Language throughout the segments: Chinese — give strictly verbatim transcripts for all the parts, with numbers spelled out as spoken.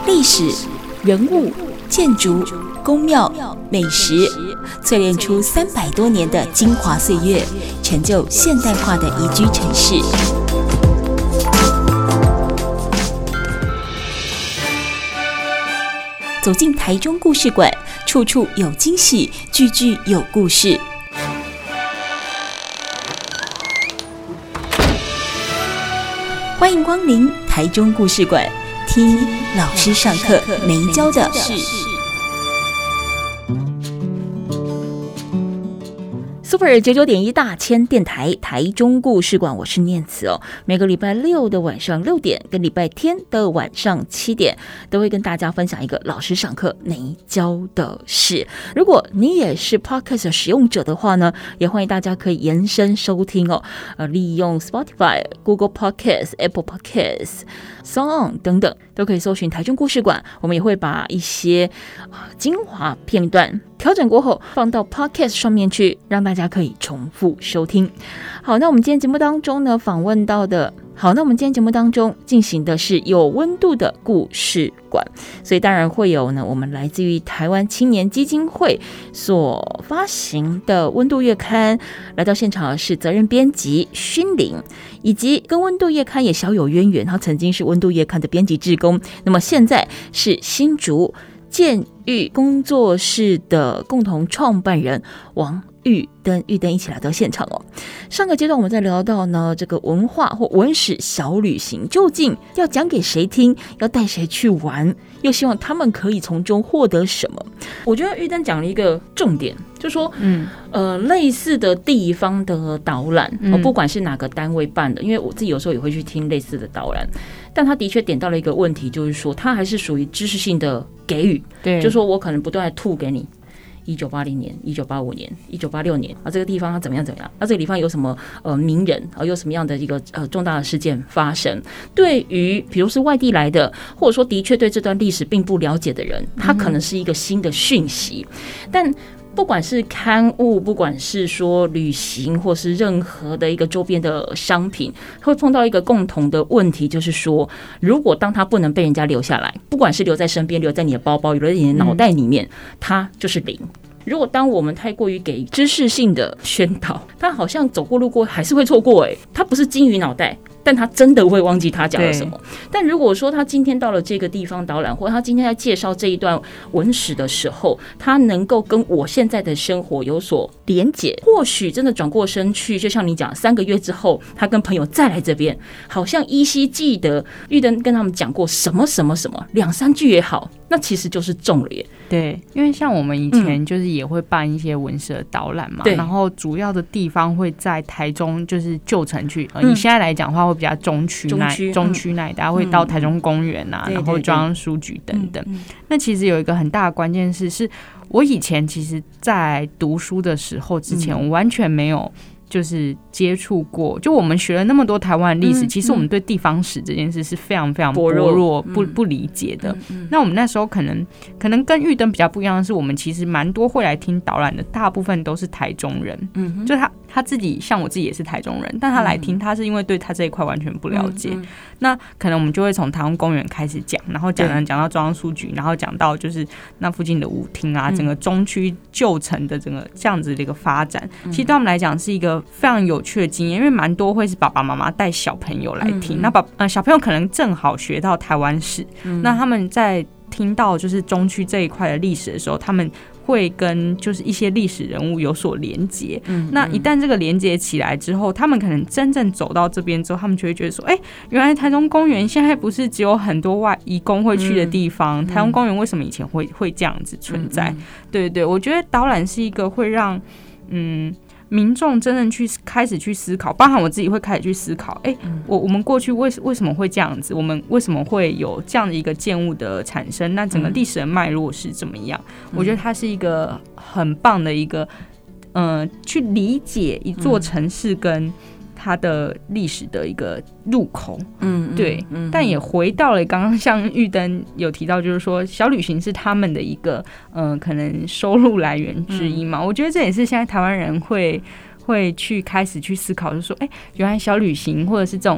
历史、人物、建筑、宫庙、美食，淬炼出三百多年的精华岁月，成就现代化的宜居城市。走进台中故事馆，处处有惊喜，句句有故事。欢迎光临台中故事馆，听老师上课没教的事。Super 九九点一大千电台台中故事馆，我是念慈哦。每个礼拜六的晚上六点跟礼拜天的晚上七点，都会跟大家分享一个老师上课没教的事。如果你也是 Podcast 使用者的话呢，也欢迎大家可以延伸收听哦。呃，利用 Spotify、Google Podcast、Apple Podcast、Song 等等，都可以搜寻台中故事馆。我们也会把一些、呃、精华片段调整过后放到 Podcast 上面去，让大家可以重复收听。好，那我们今天节目当中呢，访问到的好，那我们今天节目当中进行的是有温度的故事馆，所以当然会有呢，我们来自于台湾青年基金会所发行的温度月刊，来到现场的是责任编辑勋玲，以及跟温度月刊也小有渊源，他曾经是温度月刊的编辑志工，那么现在是新竹建育工作室的共同创办人王玉登，玉登一起来到现场哦。上个阶段我们在聊到呢，这个文化或文史小旅行究竟要讲给谁听，要带谁去玩，又希望他们可以从中获得什么。我觉得玉登讲了一个重点，就是说，嗯，呃，类似的地方的导览，嗯，不管是哪个单位办的，因为我自己有时候也会去听类似的导览，但他的确点到了一个问题，就是说，他还是属于知识性的给予，对，就是说我可能不断的吐给你。一九八零年、一九八五年、一九八六年啊，这个地方它怎么样怎么样？啊，这个地方有什么呃名人啊，有什么样的一个呃重大的事件发生？对于比如是外地来的，或者说的确对这段历史并不了解的人，它可能是一个新的讯息，但。不管是刊物，不管是说旅行，或是任何的一个周边的商品，会碰到一个共同的问题，就是说，如果当它不能被人家留下来，不管是留在身边，留在你的包包，留在你的脑袋里面，它就是零。如果当我们太过于给知识性的宣导，它好像走过路过还是会错过，哎，它不是金鱼脑袋。但他真的会忘记他讲了什么。但如果说他今天到了这个地方导览，或者他今天在介绍这一段文史的时候，他能够跟我现在的生活有所连结，或许真的转过身去，就像你讲，三个月之后，他跟朋友再来这边，好像依稀记得玉登跟他们讲过什么什么什么，两三句也好，那其实就是中了耶。 对，因为像我们以前就是也会办一些文史的导览嘛，嗯，然后主要的地方会在台中，就是旧城区。呃、嗯，以现在来讲的话，会比较中区那中区那一带，会到台中公园啊，嗯，然后中央书局等等。那其实有一个很大的关键是，是我以前其实在读书的时候之前，我完全没有。就是接触过，就我们学了那么多台湾历史，嗯，其实我们对地方史这件事是非常非常薄弱、不不理解的。嗯嗯，那我们那时候可能可能跟玉登比较不一样的是，我们其实蛮多会来听导览的，大部分都是台中人。嗯，就他他自己，像我自己也是台中人，但他来听，他是因为对他这一块完全不了解。嗯嗯，那可能我们就会从台湾公园开始讲，然后讲讲到中央书局，然后讲到就是那附近的舞厅啊，整个中区旧城的整个这样子的一个发展，嗯，其实对他们来讲是一个非常有趣的经验，因为蛮多会是爸爸妈妈带小朋友来听，嗯，那爸呃小朋友可能正好学到台湾史，嗯，那他们在听到就是中区这一块的历史的时候，他们会跟就是一些历史人物有所连结，嗯，那一旦这个连结起来之后，他们可能真正走到这边之后，他们就会觉得说，哎，欸，原来台中公园现在不是只有很多外移工会去的地方，嗯，台中公园为什么以前会会这样子存在？嗯嗯，对对，我觉得导览是一个会让嗯。民众真正去开始去思考，包含我自己会开始去思考，哎，欸，我我们过去为为什么会这样子？我们为什么会有这样的一个建物的产生？那整个历史的脉络是怎么样？嗯，我觉得它是一个很棒的一个，呃，去理解一座城市跟它的历史的一个入口，嗯，对，嗯，但也回到了刚刚像玉登有提到，就是说小旅行是他们的一个，嗯、呃，可能收入来源之一嘛。嗯，我觉得这也是现在台湾人会会去开始去思考，就是说，哎，原来小旅行或者是这种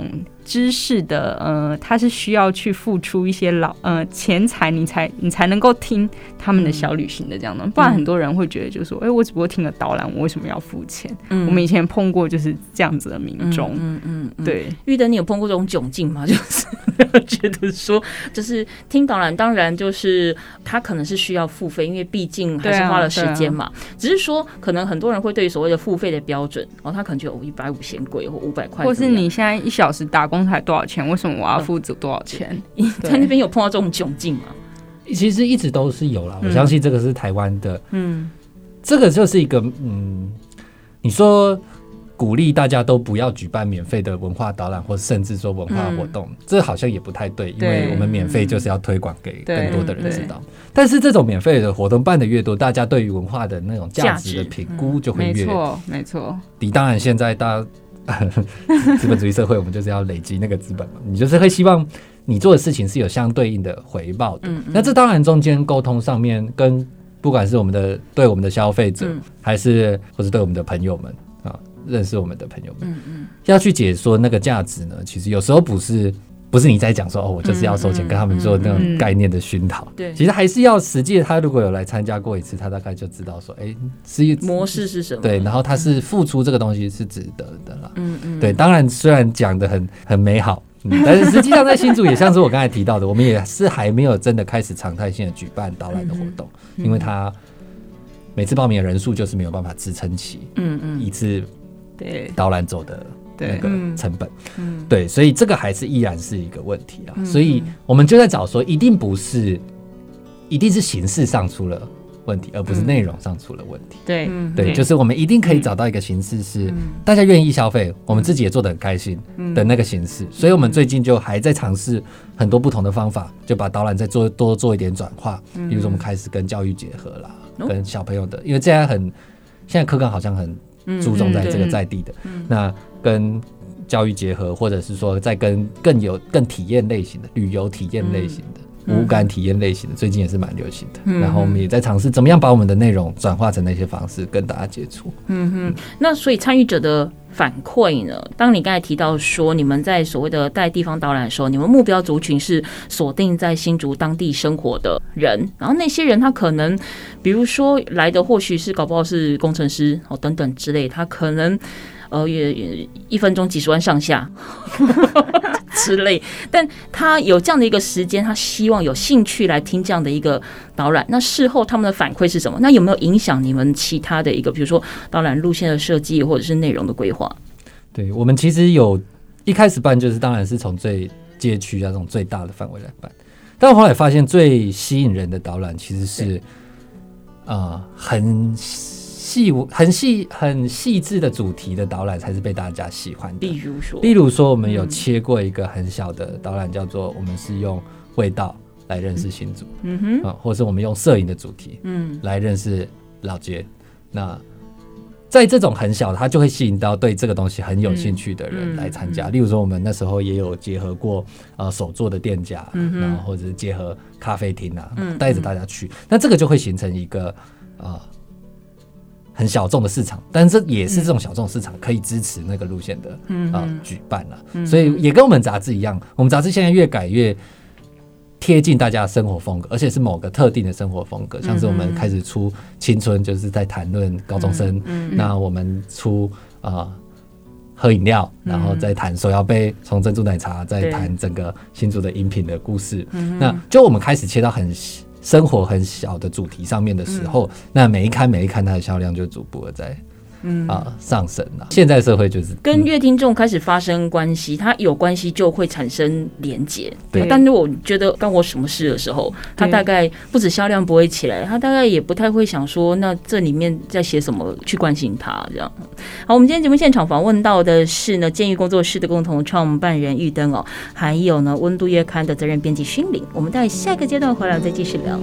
知识的呃，它是需要去付出一些老呃钱财，你才你才能够听他们的小旅行的这样的，不然很多人会觉得就是说，哎、欸，我只不过听个导览，我为什么要付钱？嗯、我们以前碰过就是这样子的民众，嗯嗯嗯，对。 玉德，你有碰过这种窘境吗？就是觉得说，就是听导览，当然就是他可能是需要付费，因为毕竟还是花了时间嘛。啊啊、只是说，可能很多人会对于所谓的付费的标准，哦，他可能觉得哦，一百五嫌贵，或五百块， 或是你现在一小时打工才多少钱？为什么我要付多少钱？ 你在那边有碰到这种窘境吗？ 其实一直都是有啦，我相信这个是台湾的，嗯，这个就是一个，嗯，你说鼓励大家都不要举办免费的文化导览，或甚至说文化活动，嗯、这好像也不太对，因为我们免费就是要推广给更多的人知道。但是这种免费的活动办得越多，大家对于文化的那种价值的评估就会越， 没错，没错。 你当然现在大家。资本主义社会，我们就是要累积那个资本嘛。你就是会希望你做的事情是有相对应的回报的。嗯嗯、那这当然中间沟通上面，跟不管是我们的对我们的消费者，嗯、还是或是对我们的朋友们啊，认识我们的朋友们，嗯嗯、要去解说那个价值呢，其实有时候不是。不是你在讲说哦，我就是要收钱，跟他们做那种概念的熏陶。对、嗯，其实还是要实际。他如果有来参加过一次，他大概就知道说，哎、欸，是模式是什么？ 对，然后他是付出这个东西是值得的啦。嗯嗯，对，当然虽然讲的很很美好、嗯，但是实际上在新竹也像是我刚才提到的，我们也是还没有真的开始常态性的举办导览的活动，嗯、因为他每次报名的人数就是没有办法支撑起，嗯嗯，一次对导览走的。那个成本，嗯，对，所以这个还是依然是一个问题啦。嗯、所以我们就在找说，一定不是，一定是形式上出了问题，而不是内容上出了问题。 对、 嗯，对，就是我们一定可以找到一个形式是大家愿意消费，我们自己也做得很开心的那个形式。所以我们最近就还在尝试很多不同的方法，就把导览再做多做一点转化。比如说我们开始跟教育结合啦，嗯、跟小朋友的，因为这样很现在课纲好像很注重在这个在地的，嗯、那。跟教育结合，或者是说再跟更有更体验类型的旅游体验类型的、嗯、无感体验类型的，最近也是蛮流行的。嗯、然后我们也在尝试怎么样把我们的内容转化成那些方式跟大家接触。 嗯哼，那所以参与者的反馈呢？当你刚才提到说你们在所谓的带地方导览的时候，你们目标族群是锁定在新竹当地生活的人，然后那些人他可能比如说来的或许是搞不好是工程师哦等等之类，他可能呃也也一分钟几十万上下之类，但他有这样的一个时间，他希望有兴趣来听这样的一个导览，那事后他们的反馈是什么？那有没有影响你们其他的一个比如说导览路线的设计或者是内容的规划？ 对，我们其实有一开始办就是当然是从最街区啊这种最大的范围来办，但我后来发现最吸引人的导览其实是呃很细很细很细致的主题的导览才是被大家喜欢的。 例如说， 例如说我们有切过一个很小的导览，叫做我们是用味道来认识新竹，嗯哼、呃，或是我们用摄影的主题，嗯，来认识老街。那在这种很小的，它就会吸引到对这个东西很有兴趣的人来参加。嗯嗯、例如说，我们那时候也有结合过呃手作的店家，嗯、然后或者是结合咖啡厅啊，带着大家去。那这个就会形成一个呃很小众的市场，但是这也是这种小众市场可以支持那个路线的、嗯呃、举办啦。嗯、所以也跟我们杂志一样，我们杂志现在越改越贴近大家的生活风格，而且是某个特定的生活风格，像是我们开始出青春，就是在谈论高中生，嗯嗯、那我们出呃喝饮料，然后再谈手摇杯，从珍珠奶茶再谈整个新竹的饮品的故事，那就我们开始切到很生活很小的主题上面的时候，嗯、那每一刊每一刊它的销量就逐步的在嗯啊上升了。现在社会就是跟乐听众开始发生关系，它有关系就会产生连结。对，但是我觉得干我什么事的时候，它大概不止销量不会起来，它大概也不太会想说，那这里面在写什么去关心它这样。好，我们今天节目现场访问到的是呢监狱工作室的共同创办人玉登哦，还有呢温度月刊的责任编辑勋玲。我们在下一个阶段回来再继续聊。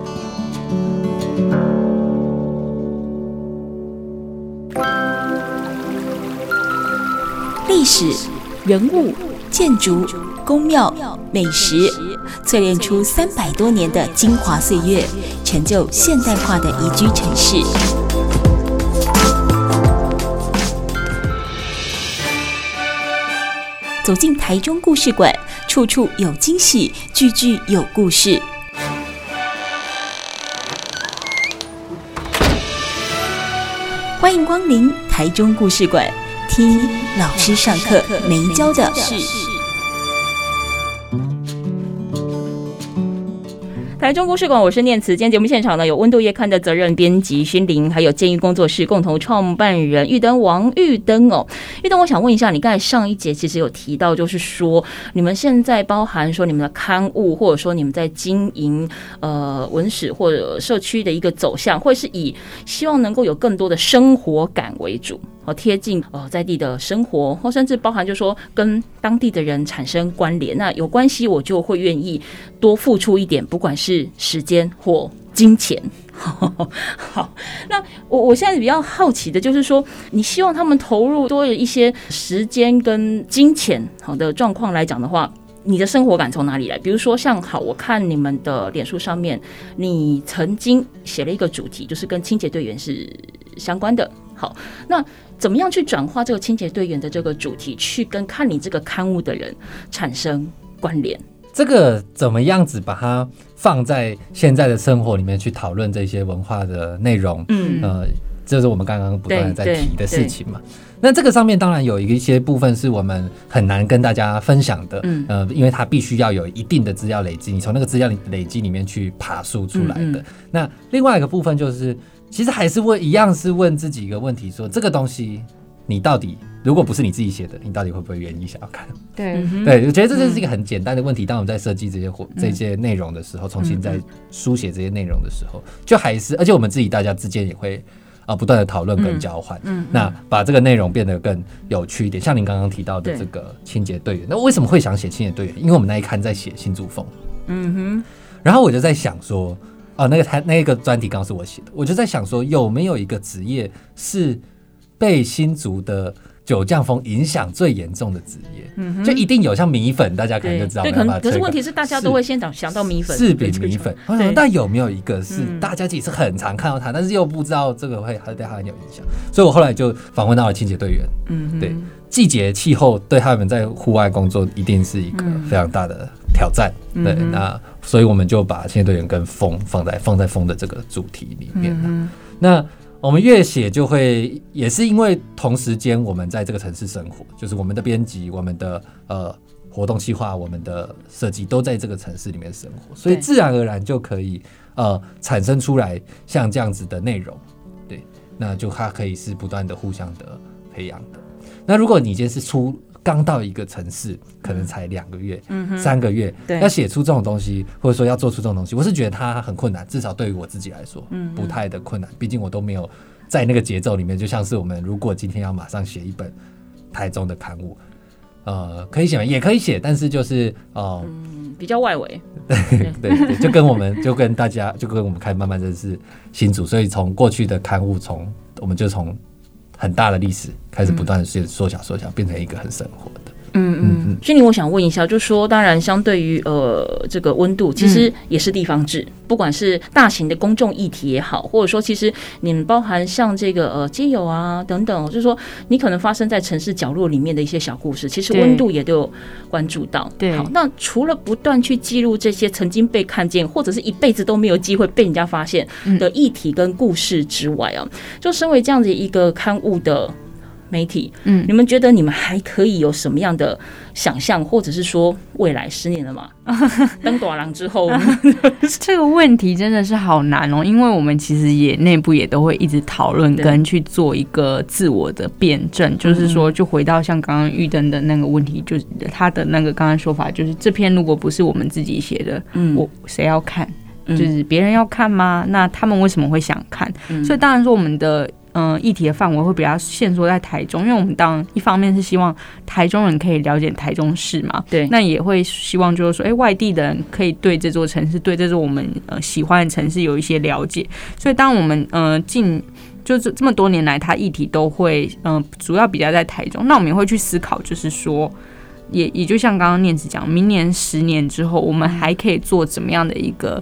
历史、人物、建筑、宫庙、美食，淬炼出三百多年的精华岁月，成就现代化的宜居城市。 走进台中故事馆，处处有惊喜，句句有故事。欢迎光临台中故事馆，听老师上课没教的事。台中故事馆，我是念慈。今天节目现场呢，有温度月刊的责任编辑勋玲，还有建议工作室共同创办人玉登王玉登哦。玉登，我想问一下，你刚才上一节其实有提到，就是说你们现在包含说你们的刊物，或者说你们在经营呃文史或者社区的一个走向，会是以希望能够有更多的生活感为主。贴近呃在地的生活，或甚至包含就是说跟当地的人产生关联，那有关系我就会愿意多付出一点，不管是时间或金钱。好，那我我现在比较好奇的就是说，你希望他们投入多一些时间跟金钱好的状况来讲的话，你的生活感从哪里来？比如说像好，我看你们的脸书上面，你曾经写了一个主题，就是跟清洁队员是相关的。好，那怎么样去转化这个清洁队员的这个主题，去跟看你这个刊物的人产生关联？ 这个怎么样子把它放在现在的生活里面去讨论这些文化的内容？嗯，呃，这是我们刚刚不断的在提的事情嘛。那这个上面当然有一些部分是我们很难跟大家分享的，嗯，呃，因为它必须要有一定的资料累积，你从那个资料累积里面去爬梳出来的。嗯嗯，那另外一个部分就是，其实还是问一样是问自己一个问题，说这个东西你到底如果不是你自己写的，你到底会不会愿意想要看？ 对对，我觉得这就是一个很简单的问题。当我们在设计这些这些内容的时候，重新在书写这些内容的时候，就还是，而且我们自己大家之间也会啊不断的讨论跟交换，嗯，那把这个内容变得更有趣一点。像您刚刚提到的这个清洁队员，那为什么会想写清洁队员？因为我们那一刊在写新竹风，嗯哼，然后我就在想说。哦，那个他那个专题刚刚是我写的，我就在想说，有没有一个职业是被新竹的酒酱风影响最严重的职业？嗯，就一定有，像米粉，大家可能就知道。 对，可能可是问题是，大家都会先想到米粉， 柿饼米粉。但有没有一个是大家其实很常看到它，但是又不知道这个会对它很有影响？所以我后来就访问到了清洁队员。嗯，对，季节气候对他们在户外工作一定是一个非常大的挑战。嗯，对，那所以我们就把清洁队员跟风放在放在风的这个主题里面。嗯，那我们越写就会，也是因为同时间我们在这个城市生活，就是我们的编辑、我们的呃活动企划、我们的设计都在这个城市里面生活，所以自然而然就可以呃产生出来像这样子的内容。对，那就它可以是不断的互相的培养的。那如果你今天是出刚到一个城市，可能才两个月、嗯、三个月，要写出这种东西，或者说要做出这种东西，我是觉得它很困难，至少对于我自己来说，嗯、不太的困难。毕竟我都没有在那个节奏里面，就像是我们如果今天要马上写一本台中的刊物，呃，可以写吗？也可以写，但是就是呃、 嗯，比较外围， 对对对，就跟我们就跟大家就跟我们开始慢慢认识新竹，所以从过去的刊物，从我们就从很大的历史开始不断的缩小缩小，变成一个很生活的。 嗯嗯嗯。所以我想问一下，就是说，当然相对于呃这个温度，其实也是地方志，嗯、不管是大型的公众议题也好，或者说其实你们包含像这个呃街友啊等等，就是说你可能发生在城市角落里面的一些小故事，其实温度也都有关注到。 对。 好，那除了不断去记录这些曾经被看见，或者是一辈子都没有机会被人家发现的议题跟故事之外啊，就身为这样子一个刊物的媒体，嗯，你们觉得你们还可以有什么样的想象，或者是说未来十年了嘛？登大人之后， 这个问题真的是好难哦，因为我们其实也内部也都会一直讨论跟去做一个自我的辩证，就是说，就回到像刚刚玉登的那个问题，就是他的那个刚刚说法，就是这篇如果不是我们自己写的，嗯，我谁要看？就是别人要看吗？那他们为什么会想看？嗯、所以当然说我们的嗯、呃、议题的范围会比较限缩在台中，因为我们当然一方面是希望台中人可以了解台中市嘛，对，那也会希望就是说，哎、欸，外地的人可以对这座城市，对这座我们呃喜欢的城市有一些了解。所以当我们呃近就是这么多年来，它议题都会嗯、呃、主要比较在台中，那我们也会去思考，就是说。也也就像刚刚念慈讲，明年十年之后，我们还可以做怎么样的一个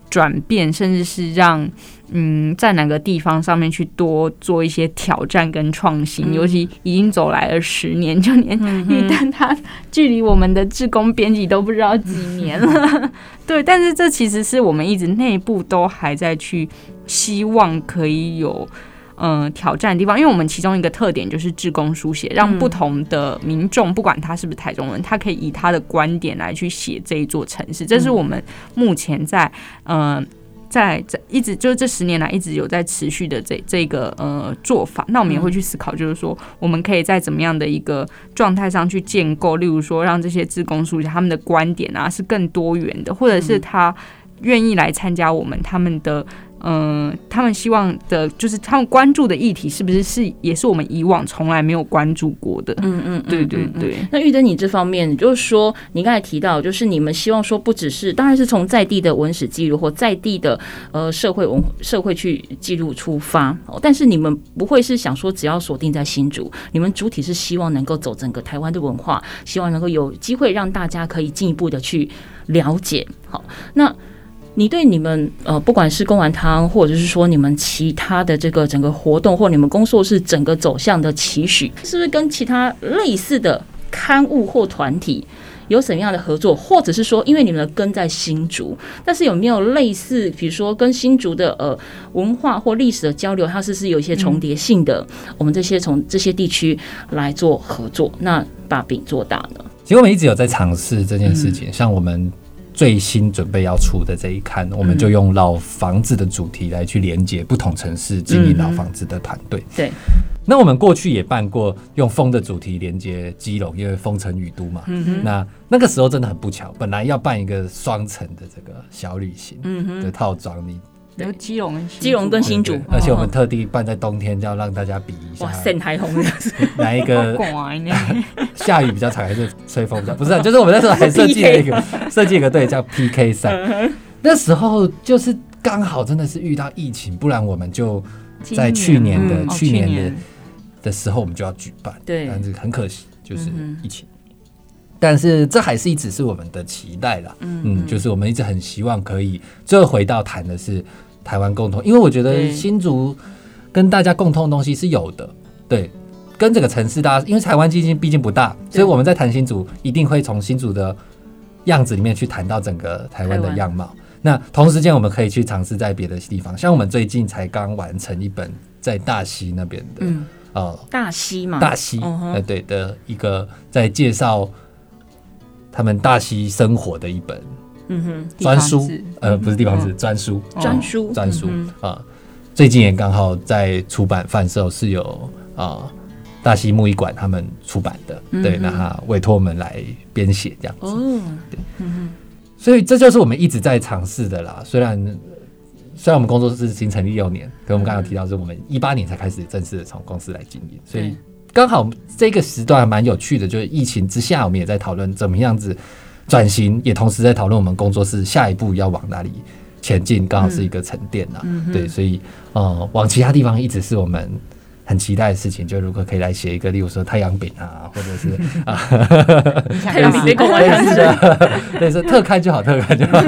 转变，甚至是让嗯在哪个地方上面去多做一些挑战跟创新、嗯、尤其已经走来了十年，就连玉丹他距离我们的志工编辑都不知道几年了对，但是这其实是我们一直内部都还在去希望可以有呃，挑战的地方，因为我们其中一个特点就是志工书写，让不同的民众，不管他是不是台中人，他可以以他的观点来去写这一座城市。这是我们目前在呃，在在一直就是这十年来一直有在持续的这这个呃做法。那我们也会去思考，就是说我们可以在怎么样的一个状态上去建构，例如说让这些志工书写他们的观点啊是更多元的，或者是他愿意来参加我们他们的。嗯、呃，他们希望的就是他们关注的议题是不是是也是我们以往从来没有关注过的？嗯嗯，对对对。 那玉珍，你这方面就是说，你刚才提到，就是你们希望说，不只是当然是从在地的文史记录或在地的呃社会文社会去记录出发，但是你们不会是想说只要锁定在新竹，你们主体是希望能够走整个台湾的文化，希望能够有机会让大家可以进一步的去了解。好，那。你对你们呃，不管是公玩堂，或者是说你们其他的这个整个活动，或你们工作室整个走向的期许，是不是跟其他类似的刊物或团体有什么样的合作？或者是说，因为你们的根在新竹，但是有没有类似，比如说跟新竹的呃文化或历史的交流，它是不是有一些重叠性的？嗯、我们这些从这些地区来做合作，那把饼做大呢？ 其实我们一直有在尝试这件事情，嗯、像我们。最新准备要出的这一刊，我们就用老房子的主题来去连接不同城市经营老房子的团队。 嗯、对， 那我们过去也办过用风的主题连接基隆，因为风城雨都嘛。嗯、那那个时候真的很不巧，本来要办一个双层的这个小旅行的套装，你。 有基隆跟基隆跟新竹， 而且我们特地办在冬天，就要让大家比一下。 哇，晒台风哪一个下雨比较长，还是吹风比较？不是、啊，就是我们那时候还设计了一个设计一个队叫 P K 赛。那时候就是刚好真的是遇到疫情，不然我们就在去年的、嗯、去年的、哦、的时候我们就要举办， 对， 但是很可惜就是疫情。嗯，但是这还是一直是我们的期待啦，嗯, 嗯，就是我们一直很希望可以最后回到谈的是台湾共同，因为我觉得新竹跟大家共同的东西是有的，对，跟这个城市大家，因为台湾基金毕竟不大，所以我们在谈新竹一定会从新竹的样子里面去谈到整个台湾的样貌。那同时间我们可以去尝试在别的地方，像我们最近才刚完成一本在大溪那边的，嗯呃、大溪嘛， 大溪、uh-huh. 呃对的一个在介绍他们大溪生活的一本专书，嗯、呃，不是地方志，专书， 专书， 专书啊。最近也刚好在出版贩售，是有啊、呃、大溪木艺馆他们出版的，嗯、对，那他委托我们来编写这样子，哦，对，嗯，所以这就是我们一直在尝试的啦。虽然虽然我们工作室已经成立六年，可我们刚刚有提到是我们一八年才开始正式的从公司来经营，所以刚好这个时段还蛮有趣的，就是疫情之下，我们也在讨论怎么样子转型，也同时在讨论我们工作室下一步要往哪里前进，刚好是一个沉淀啦、嗯、对，所以呃，往其他地方一直是我们很期待的事情，就如果可以来写一个，例如说太阳饼啊，或者是啊， 太阳饼别跟我讲， 对，是特刊就好，特刊就好。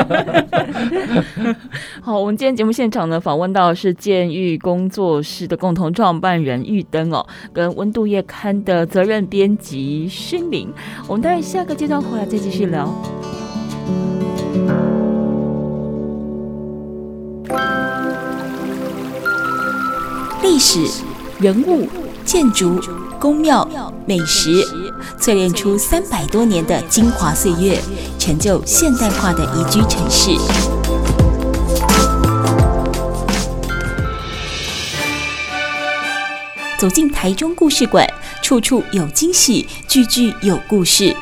好，我们今天节目现场呢，访问到的是建育工作室的共同创办人玉登哦，跟温度月刊的责任编辑勋玲。我们待会下个阶段回来再继续聊。历史、人物、建筑、宫庙、美食，淬炼出三百多年的精华岁月，成就现代化的宜居城市。走进台中故事馆，处处有惊喜，句句有故事。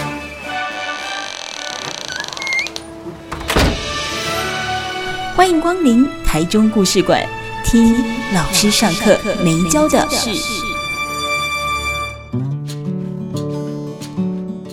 欢迎光临台中故事馆，听老师上课没教的事。台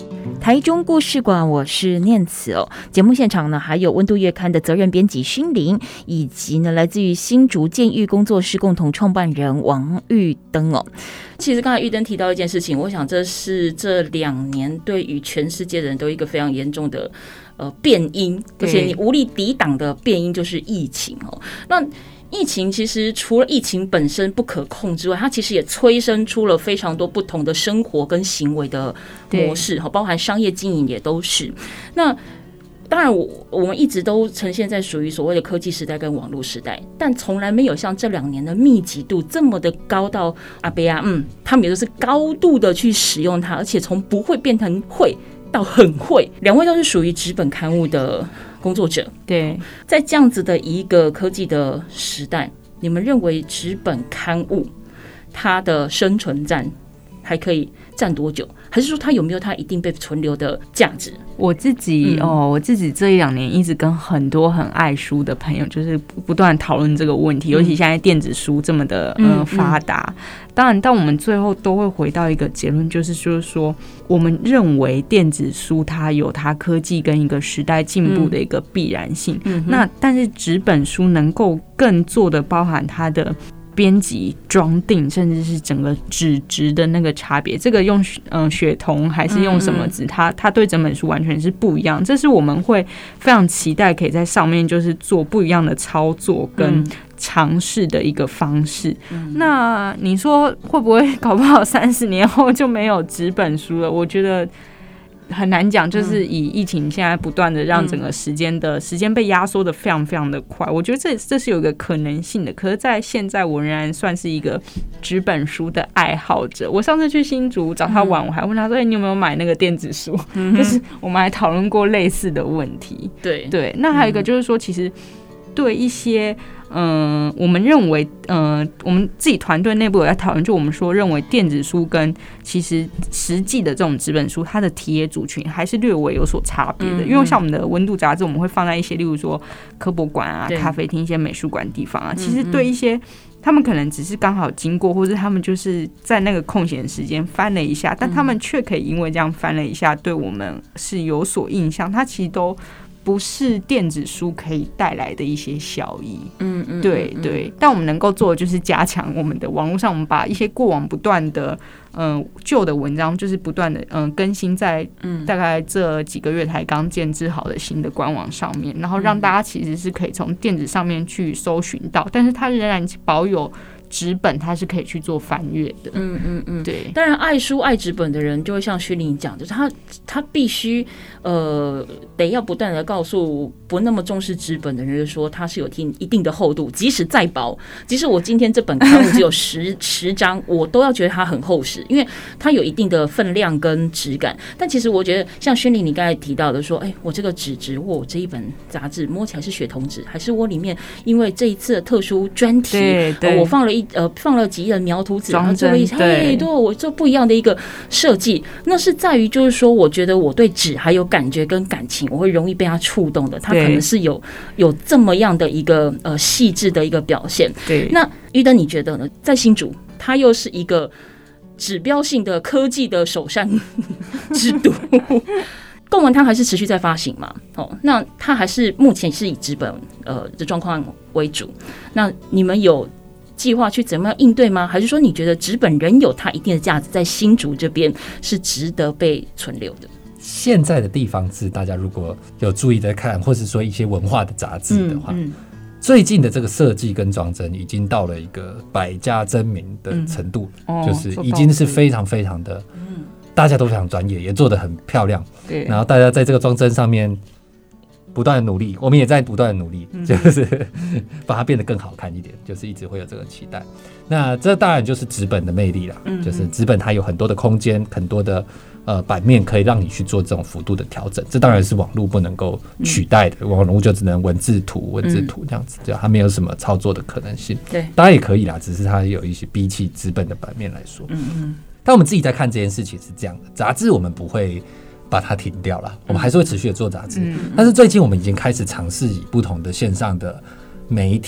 台中故事馆，我是念慈哦。节目现场呢，还有温度月刊的责任编辑勋玲，以及呢来自于新竹建育工作室共同创办人王玉登哦。其实刚才玉登提到一件事情，我想这是这两年对于全世界人都一个非常严重的呃变因，而且你无力抵挡的变因就是疫情哦。那疫情其实除了疫情本身不可控之外，它其实也催生出了非常多不同的生活跟行为的模式，包含商业经营也都是。那当然我，我们一直都呈现在属于所谓的科技时代跟网络时代，但从来没有像这两年的密集度这么的高到阿贝啊，嗯，他们也都是高度的去使用它，而且从不会变成会到很会。两位都是属于纸本刊物的工作者， 对， 在这样子的一个科技的时代，你们认为纸本刊物它的生存战还可以站多久？还是说它有没有它一定被存留的价值？ 我自己、嗯、哦，我自己这一两年一直跟很多很爱书的朋友，就是不断讨论这个问题、嗯。尤其现在电子书这么的呃发达、嗯嗯，当然，但我们最后都会回到一个结论，就是就是说，我们认为电子书它有它科技跟一个时代进步的一个必然性。嗯、那但是纸本书能够更做的包含它的编辑、装订，甚至是整个纸质的那个差别，这个用嗯雪铜还是用什么纸，它它对整本书完全是不一样。这是我们会非常期待可以在上面就是做不一样的操作跟尝试的一个方式。嗯、那你说会不会搞不好三十年后就没有纸本书了？我觉得很难讲，就是以疫情现在不断的让整个时间的时间被压缩的非常非常的快，我觉得这这是有一个可能性的。可是在现在我仍然算是一个纸本书的爱好者。我上次去新竹找他玩，我还问他说：“哎、欸，你有没有买那个电子书？”嗯、就是我们还讨论过类似的问题。对对，那还有一个就是说，其实对一些嗯、呃，我们认为，嗯、呃，我们自己团队内部有在讨论，就我们说认为电子书跟其实实际的这种纸本书，它的题野族群还是略微有所差别的。嗯嗯，因为像我们的温度杂志，我们会放在一些，例如说科博馆啊、咖啡厅、一些美术馆地方啊，其实对一些他们可能只是刚好经过，或者他们就是在那个空闲时间翻了一下，但他们却可以因为这样翻了一下，对我们是有所印象。它其实都不是电子书可以带来的一些效益。嗯嗯，对对。但我们能够做的就是加强我们的网络上，我们把一些过往不断的嗯旧的文章，就是不断的嗯更新在大概这几个月才刚建制好的新的官网上面，然后让大家其实是可以从电子上面去搜寻到，但是它仍然保有纸本，它是可以去做翻阅的。嗯嗯嗯，对。 当然，爱书爱纸本的人就会像薛玲讲，就是他他必须呃得要不断的告诉不那么重视纸本的人，就是说它是有一定的厚度，即使再薄，即使我今天这本刊物只有十十张，我都要觉得它很厚实，因为它有一定的分量跟质感。但其实我觉得，像薛玲你刚才提到的说，哎，我这个纸质，我这一本杂志摸起来是雪铜纸，还是我里面因为这一次的特殊专题，对对呃、我放了一呃放了几页描图纸，然后做了一嘿，对，我做不一样的一个设计，那是在于就是说，我觉得我对纸还有感觉跟感情，我会容易被它触动的，它可能是有有这么样的一个呃细致的一个表现。对，那玉登你觉得呢？在新竹，它又是一个指标性的科技的首善之都。贡文它还是持续在发行嘛？哦，那它还是目前是以纸本呃的状况为主。那你们有计划去怎么样应对吗？还是说你觉得纸本仍有它一定的价值，在新竹这边是值得被存留的？ 现在的地方志，大家如果有注意在看，或是说一些文化的杂志的话，嗯嗯、最近的这个设计跟装帧已经到了一个百家争鸣的程度，嗯哦、就是已经是非常非常的，嗯、大家都非常专业，也做得很漂亮。对，然后大家在这个装帧上面不断的努力，我们也在不断的努力，嗯、就是把它变得更好看一点，就是一直会有这个期待。那这当然就是纸本的魅力啦，嗯、就是纸本它有很多的空间，很多的呃版面可以让你去做这种幅度的调整，这当然是网络不能够取代的，嗯、网络就只能文字图文字图这样子，就它没有什么操作的可能性。对，当然也可以啦，只是它有一些比起纸本的版面来说，嗯嗯。但我们自己在看这件事情是这样的，杂志我们不会把它停掉了，我们还是会持续的做杂志，嗯、但是最近我们已经开始尝试以不同的线上的媒体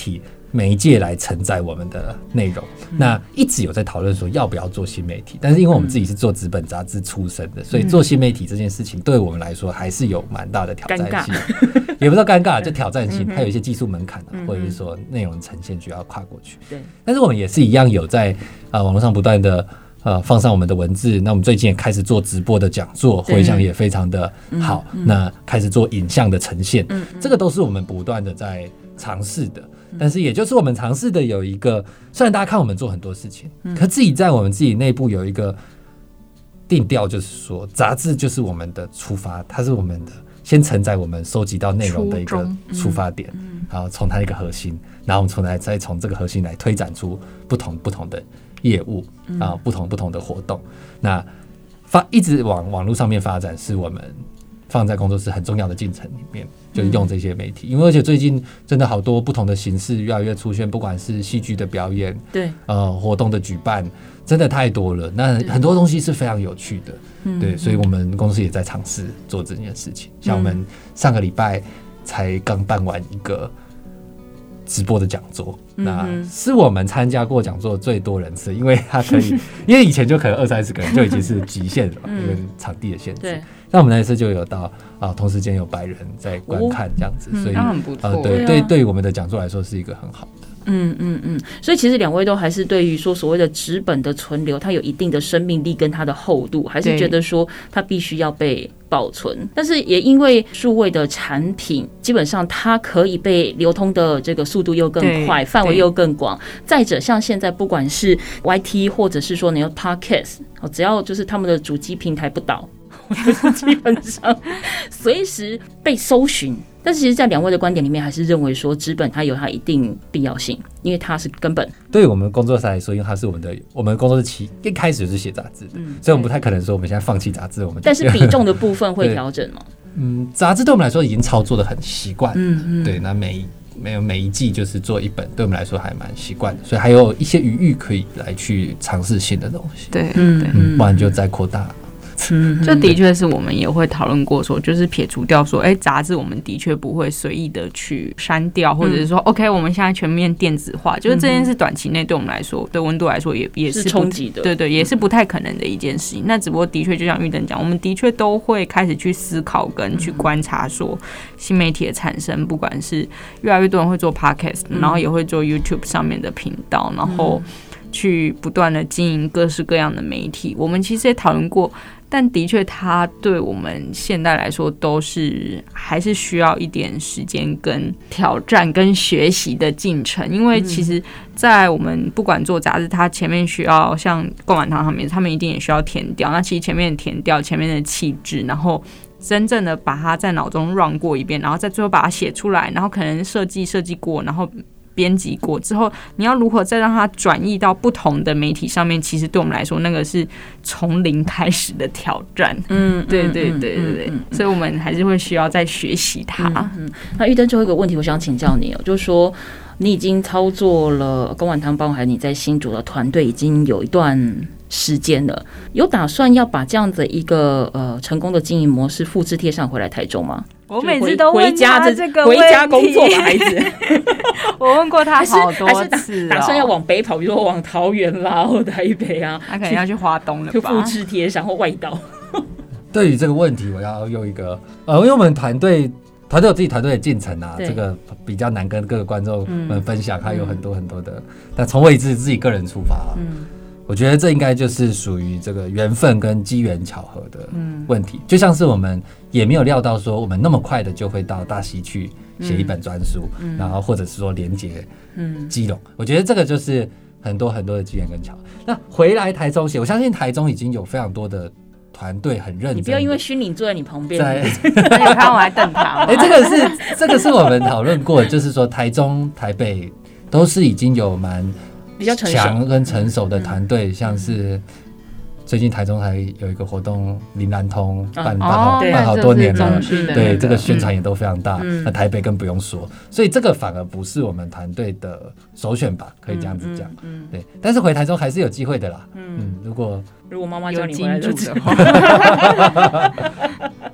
媒介来承载我们的内容。嗯、那一直有在讨论说要不要做新媒体，但是因为我们自己是做纸本杂志出身的，嗯、所以做新媒体这件事情对我们来说还是有蛮大的挑战性，也不知道尴尬，就挑战性，它有一些技术门槛啊，嗯、或者是说内容呈现需要跨过去。对，但是我们也是一样有在呃网络上不断的。呃，放上我们的文字，那我们最近也开始做直播的讲座，回响也非常的好。嗯嗯、那开始做影像的呈现，嗯嗯、这个都是我们不断的在尝试的。嗯、但是也就是我们尝试的有一个，虽然大家看我们做很多事情，嗯、可自己在我们自己内部有一个定调，就是说杂志就是我们的出发，它是我们的先承载我们收集到内容的一个出发点，嗯、然后从它一个核心，然后我们从来再从这个核心来推展出不同不同的。业务啊，不同不同的活动，那发一直往网络上面发展，是我们放在工作室很重要的进程里面，就是用这些媒体。因为而且最近真的好多不同的形式越来越出现，不管是戏剧的表演，对，呃，活动的举办，真的太多了。那很多东西是非常有趣的，嗯、对，所以我们公司也在尝试做这件事情。像我们上个礼拜才刚办完一个。直播的讲座，那是我们参加过讲座最多人次，因为它可以，因为以前就可能二三十个人就已经是极限了，因为场地的限制。那我们那一次就有到啊，同时间有百人在观看这样子， 哦、 所以很不错。 呃，对对，对于我们的讲座来说是一个很好的。 嗯嗯嗯，所以其实两位都还是对于说所谓的纸本的存留，它有一定的生命力跟它的厚度，还是觉得说它必须要被保存。但是也因为数位的产品，基本上它可以被流通的这个速度又更快，范围又更广。再者，像现在不管是 Y T 或者是说你有 Podcast， 只要就是他们的主机平台不倒，就是基本上随时被搜寻。但是其实在两位的观点里面还是认为说纸本它有它一定必要性，因为它是根本。 对于我们工作室来说，因为它是我们的我们工作室起一开始就是写杂志的，嗯、所以我们不太可能说我们现在放弃杂志。我们但是比重的部分会调整吗？ 嗯，杂志对我们来说已经操作的很习惯，嗯嗯，对，那每没有每一季就是做一本，对我们来说还蛮习惯的，所以还有一些余裕可以来去尝试新的东西。 对，嗯， 嗯，不然就再扩大。 这的确是我们也会讨论过说，就是撇除掉说，哎，杂志我们的确不会随意的去删掉，或者是说、嗯、，OK， 我们现在全面电子化，就是这件事短期内对我们来说，对温度来说也也是冲击的， 对对，也是不太可能的一件事情。那只不过的确就像玉登讲，我们的确都会开始去思考跟去观察说，新媒体的产生，不管是越来越多人会做 Podcast， 然后也会做 YouTube 上面的频道，然后去不断的经营各式各样的媒体。我们其实也讨论过。但的确，它对我们现代来说都是还是需要一点时间、跟挑战、跟学习的进程。因为其实，在我们不管做杂志，它前面需要像贡丸汤他们，他们一定也需要填调。那其实前面的填调、前面的气质，然后真正的把它在脑中 run 过一遍，然后再最后把它写出来，然后可能设计设计过，然后。编辑过之后，你要如何再让它转译到不同的媒体上面？其实对我们来说，那个是从零开始的挑战。嗯，对对对对对，嗯嗯嗯、所以我们还是会需要再学习它。 嗯嗯、那玉登最后一个问题，我想请教你哦，就是说你已经操作了贡丸汤，包含你在新竹的团队已经有一段时间了，有打算要把这样的一个呃成功的经营模式复制贴上回来台中吗？ 我每次都问他这个问题， 回家工作的孩子， 我问过他好多次、哦， 打算要往北跑，比如说往桃园啦或台北啊， 他可能要去花东了吧， 就复制贴上或外岛。 对于这个问题，我要用一个呃，因为我们团队团队有自己团队的进程啊，这个比较难跟各个观众们分享，它有很多很多的，嗯、但从我自自己个人出发、啊。嗯我觉得这应该就是属于这个缘分跟机缘巧合的问题，嗯、就像是我们也没有料到说我们那么快的就会到大溪去写一本专书，嗯、然后或者是说连结基隆，嗯、我觉得这个就是很多很多的机缘跟巧合。那回来台中写，我相信台中已经有非常多的团队很认真。 你不要因为虚拟坐在你旁边， 你看我还瞪他。 哎，这个是这个是我们讨论过的，就是说台中、台北都是已经有蛮。 比较强跟成熟的团队，嗯、像是最近台中还有一个活动，林兰通办、哦、办好办好多年了，对这个宣传也都非常大。嗯、那台北更不用说，所以这个反而不是我们团队的首选吧，可以这样子讲。嗯嗯、对，但是回台中还是有机会的啦。嗯，嗯如果如果妈妈叫你回来的话。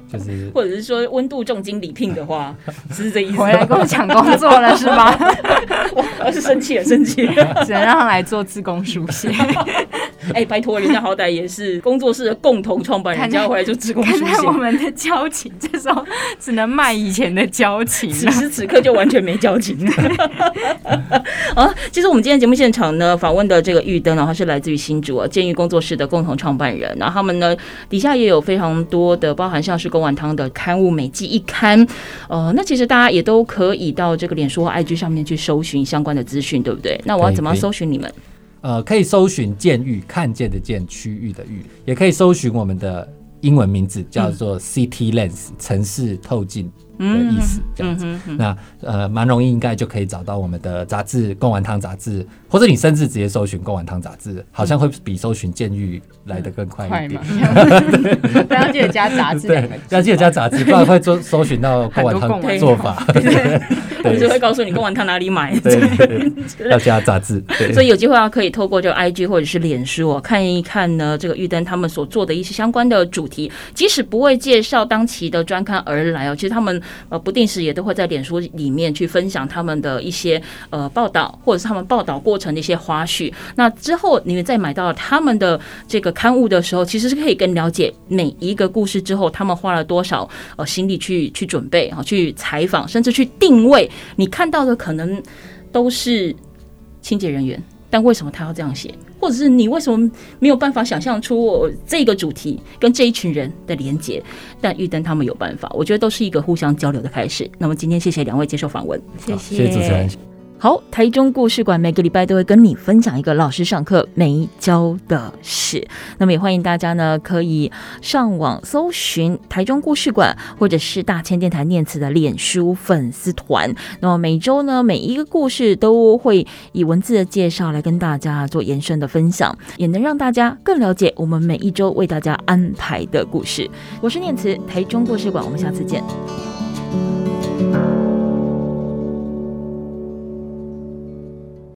就是或者是说温度重金礼聘的话，是这意思。 回来跟我抢工作了是吗？ 我是生气了，生气了， 只能让他来做志工书写。 哎、欸，拜托，人家好歹也是工作室的共同创办人，人家回来就志工书写。 看在我们的交情，这时候只能卖以前的交情， 此时此刻就完全没交情。啊，其实我们今天节目现场呢，访问的这个玉灯呢，他是来自于新竹啊监狱工作室的共同创办人，然后他们呢底下也有非常多的，包含像是公碗汤的刊物，每季一刊。呃，那其实大家也都可以到这个脸书或 I G 上面去搜寻相关的资讯，对不对？那我要怎么样搜寻你们？ 呃，可以搜寻监狱，看见的见，区域的域，也可以搜寻我们的英文名字叫做 City Lens， 城市透镜的意思，这样子。嗯嗯嗯、那呃，蛮容易，应该就可以找到我们的杂志《公碗汤》杂志，或者你甚至直接搜寻《公碗汤》杂志，好像会比搜寻监狱来得更快一点。 不要记得加杂志两个字， 要记得加杂志，不然会搜搜寻到公碗汤做法。 我就会告诉你公碗汤哪里买。 对对对，要加杂志。 所以有机会啊，可以透过这个 I G 或者是脸书、哦、看一看呢，这个玉灯他们所做的一些相关的主题，即使不会介绍当期的专刊而来哦，其实他们呃不定时也都会在脸书里面去分享他们的一些呃报道，或者是他们报道过程的一些花絮。那之后你们再买到他们的这个刊物的时候，其实是可以更了解每一个故事之后他们花了多少呃心力去去准备啊，去采访，甚至去定位。你看到的可能都是清洁人员，但为什么他要这样写？或者是你为什么没有办法想象出我这个主题跟这一群人的连结？但玉灯他们有办法，我觉得都是一个互相交流的开始。那么今天谢谢两位接受访问， 谢谢，谢谢主持人。 好，台中故事馆每个礼拜都会跟你分享一个老师上课没教的事，那么也欢迎大家呢可以上网搜寻台中故事馆，或者是大千电台念慈的脸书粉丝团。那么每周呢每一个故事都会以文字的介绍来跟大家做延伸的分享，也能让大家更了解我们每一周为大家安排的故事。我是念慈，台中故事馆，我们下次见。